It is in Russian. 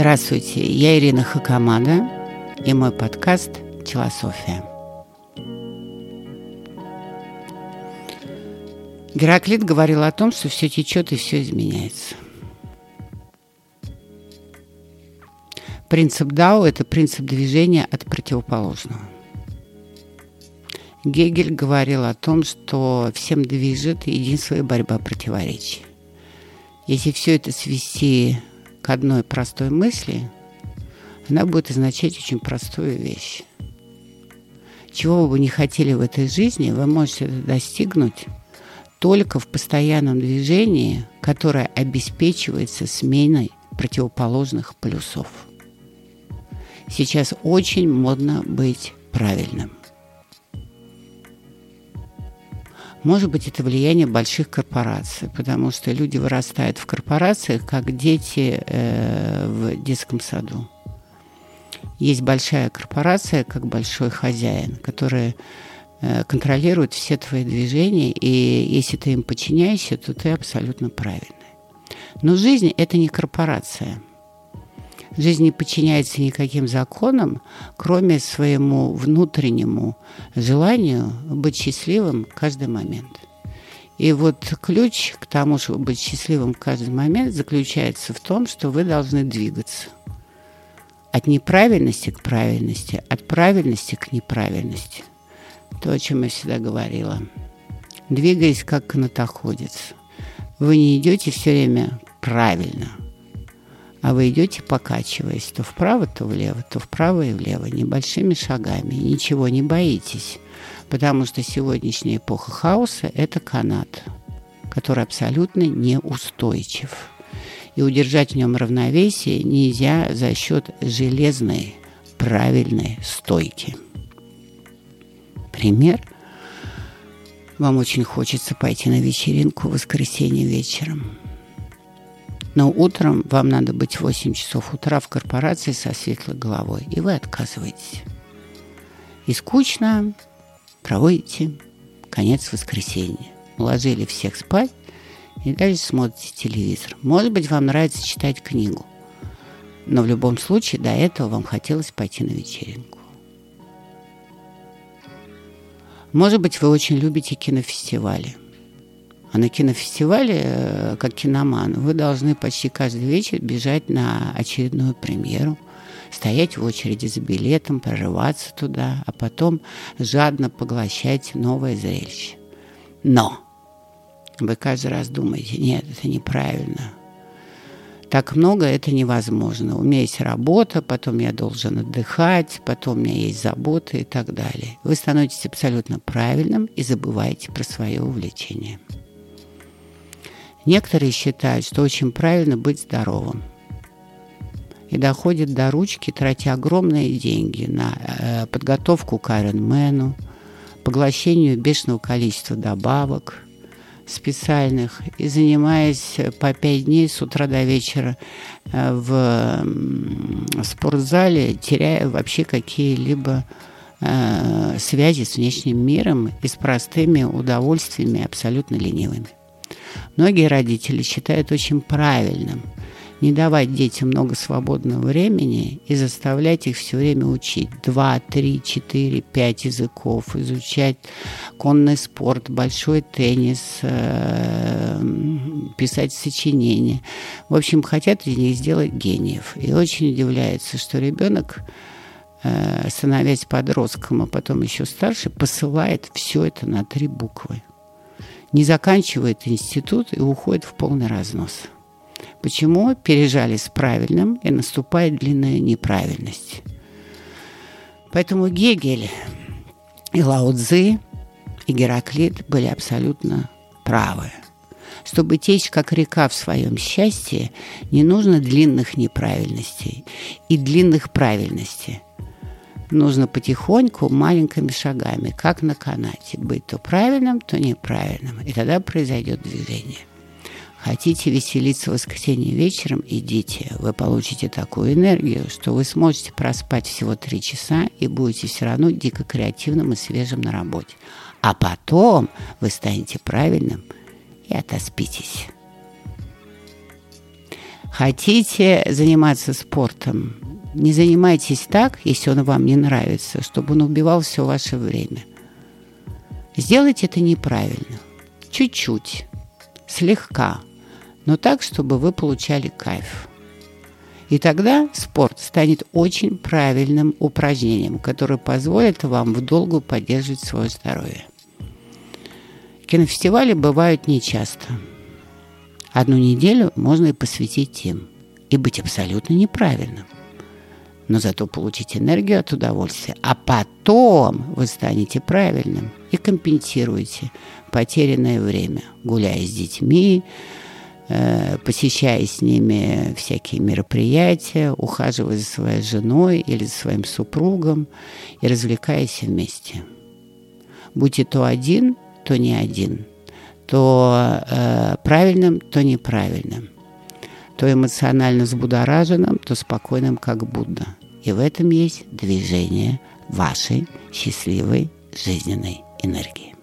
Здравствуйте, я Ирина Хакамада и мой подкаст «Телософия». Гераклит говорил о том, что все течет и все изменяется. Принцип Дао – это принцип движения от противоположного. Гегель говорил о том, что всем движет единство и борьба противоречий. Если все это свести к одной простой мысли, она будет означать очень простую вещь. Чего бы вы ни хотели в этой жизни, вы можете это достигнуть только в постоянном движении, которое обеспечивается сменой противоположных полюсов. Сейчас очень модно быть правильным. Может быть, это влияние больших корпораций, потому что люди вырастают в корпорациях, как дети в детском саду. Есть большая корпорация, как большой хозяин, который контролирует все твои движения, и если ты им подчиняешься, то ты абсолютно правильный. Но жизнь – это не корпорация. Жизнь не подчиняется никаким законам, кроме своему внутреннему желанию быть счастливым в каждый момент. И вот ключ к тому, чтобы быть счастливым в каждый момент, заключается в том, что вы должны двигаться от неправильности к правильности, от правильности к неправильности. То, о чем я всегда говорила. Двигаясь как канатоходец. Вы не идете все время правильно, а вы идете, покачиваясь то вправо, то влево, то вправо и влево, небольшими шагами. Ничего не боитесь, потому что сегодняшняя эпоха хаоса – это канат, который абсолютно неустойчив. И удержать в нем равновесие нельзя за счет железной, правильной стойки. Пример. Вам очень хочется пойти на вечеринку в воскресенье вечером. Но утром вам надо быть в 8 часов утра в корпорации со светлой головой, и вы отказываетесь. И скучно проводите конец воскресенья. Уложили всех спать и дальше смотрите телевизор. Может быть, вам нравится читать книгу, но в любом случае до этого вам хотелось пойти на вечеринку. Может быть, вы очень любите кинофестивали. А на кинофестивале, как киноман, вы должны почти каждый вечер бежать на очередную премьеру, стоять в очереди за билетом, прорываться туда, а потом жадно поглощать новое зрелище. Но вы каждый раз думаете, нет, это неправильно. Так много это невозможно. У меня есть работа, потом я должен отдыхать, потом у меня есть заботы и так далее. Вы становитесь абсолютно правильным и забываете про свое увлечение. Некоторые считают, что очень правильно быть здоровым. И доходят до ручки, тратя огромные деньги на подготовку к Ironman, поглощению бешеного количества добавок специальных и занимаясь по 5 дней с утра до вечера в спортзале, теряя вообще какие-либо связи с внешним миром и с простыми удовольствиями абсолютно ленивыми. Многие родители считают очень правильным не давать детям много свободного времени и заставлять их все время учить 2, 3, 4, 5 языков, изучать конный спорт, большой теннис, писать сочинения. В общем, хотят из них сделать гениев. И очень удивляется, что ребенок, становясь подростком, а потом еще старше, посылает все это на 3 буквы. Не заканчивает институт и уходит в полный разнос. Почему? Пережали с правильным, и наступает длинная неправильность. Поэтому Гегель и Лао Цзы, и Гераклит были абсолютно правы. Чтобы течь как река в своем счастье, не нужно длинных неправильностей и длинных правильностей. Нужно потихоньку, маленькими шагами, как на канате, быть то правильным, то неправильным. И тогда произойдет движение. Хотите веселиться в воскресенье вечером? Идите. Вы получите такую энергию, что вы сможете проспать всего 3 часа и будете все равно дико креативным и свежим на работе. А потом вы станете правильным и отоспитесь. Хотите заниматься спортом? Не занимайтесь так, если он вам не нравится, чтобы он убивал все ваше время. Сделайте это неправильно. Чуть-чуть, слегка, но так, чтобы вы получали кайф. И тогда спорт станет очень правильным упражнением, которое позволит вам в долгу поддерживать свое здоровье. Кинофестивали бывают нечасто. Одну неделю можно и посвятить им, и быть абсолютно неправильным. Но зато получить энергию от удовольствия. А потом вы станете правильным и компенсируете потерянное время, гуляя с детьми, посещая с ними всякие мероприятия, ухаживая за своей женой или за своим супругом и развлекаясь вместе. Будьте то один, то не один, то правильным, то неправильным, то эмоционально взбудораженным, то спокойным, как Будда. И в этом есть движение вашей счастливой жизненной энергии.